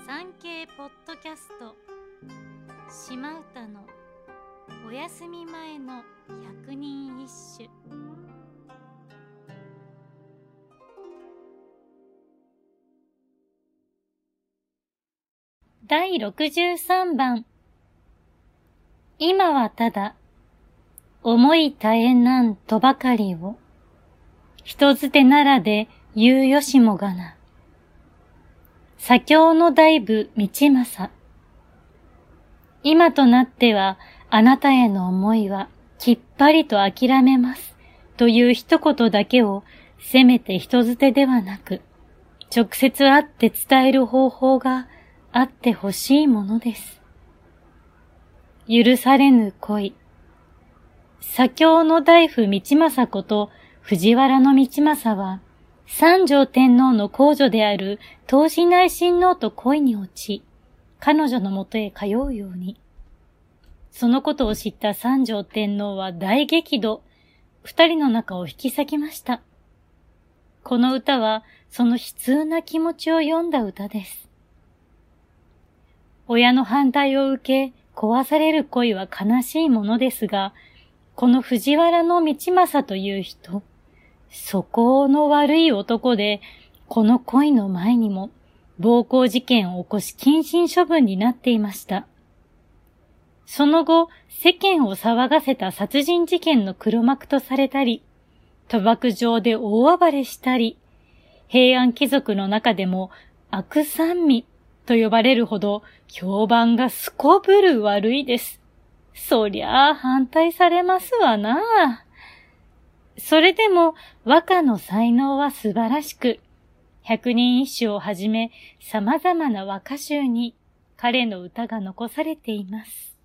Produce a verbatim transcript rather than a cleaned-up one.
産経ポッドキャスト島唄のお休み前の百人一首。だいろくじゅうさんばん。今はただ思い絶えなんとばかりを人づてならで言うよしもがな。左京の大夫道政。今となってはあなたへの思いはきっぱりと諦めますという一言だけをせめて人づてではなく直接会って伝える方法があってほしいものです。許されぬ恋。左京の大夫道政こと藤原道政は三条天皇の皇女である東寺内親王と恋に落ち、彼女のもとへ通うように。そのことを知った三条天皇は大激怒、二人の仲を引き裂きました。この歌はその悲痛な気持ちを詠んだ歌です。親の反対を受け、壊される恋は悲しいものですが、この藤原道政という人、素行の悪い男で、この恋の前にも暴行事件を起こし謹慎処分になっていました。その後、世間を騒がせた殺人事件の黒幕とされたり、賭博場で大暴れしたり、平安貴族の中でも悪三味と呼ばれるほど評判がすこぶる悪いです。そりゃあ反対されますわなあ。それでも和歌の才能は素晴らしく、百人一首をはじめ様々な和歌集に彼の歌が残されています。